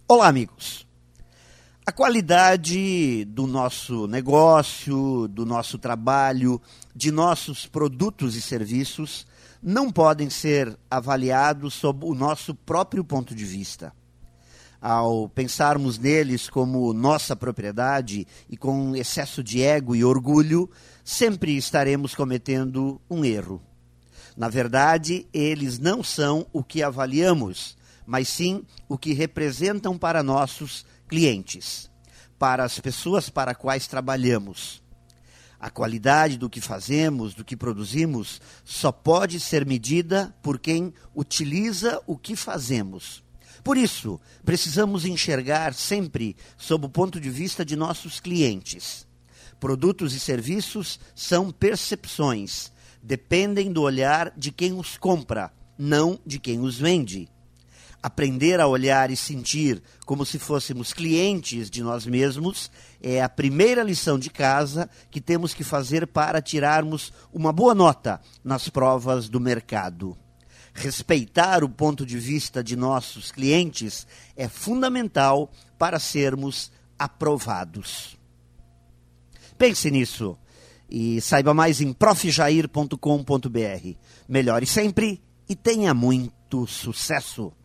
Olá, amigos. A qualidade do nosso negócio, do nosso trabalho, de nossos produtos e serviços não podem ser avaliados sob o nosso próprio ponto de vista. Ao pensarmos neles como nossa propriedade e com excesso de ego e orgulho, sempre estaremos cometendo um erro. Na verdade, eles não são o que avaliamos, mas sim o que representam para nossos clientes, para as pessoas para quais trabalhamos. A qualidade do que fazemos, do que produzimos, só pode ser medida por quem utiliza o que fazemos. Por isso, precisamos enxergar sempre sob o ponto de vista de nossos clientes. Produtos e serviços são percepções, dependem do olhar de quem os compra, não de quem os vende. Aprender a olhar e sentir como se fôssemos clientes de nós mesmos é a primeira lição de casa que temos que fazer para tirarmos uma boa nota nas provas do mercado. Respeitar o ponto de vista de nossos clientes é fundamental para sermos aprovados. Pense nisso e saiba mais em profjair.com.br. Melhore sempre e tenha muito sucesso!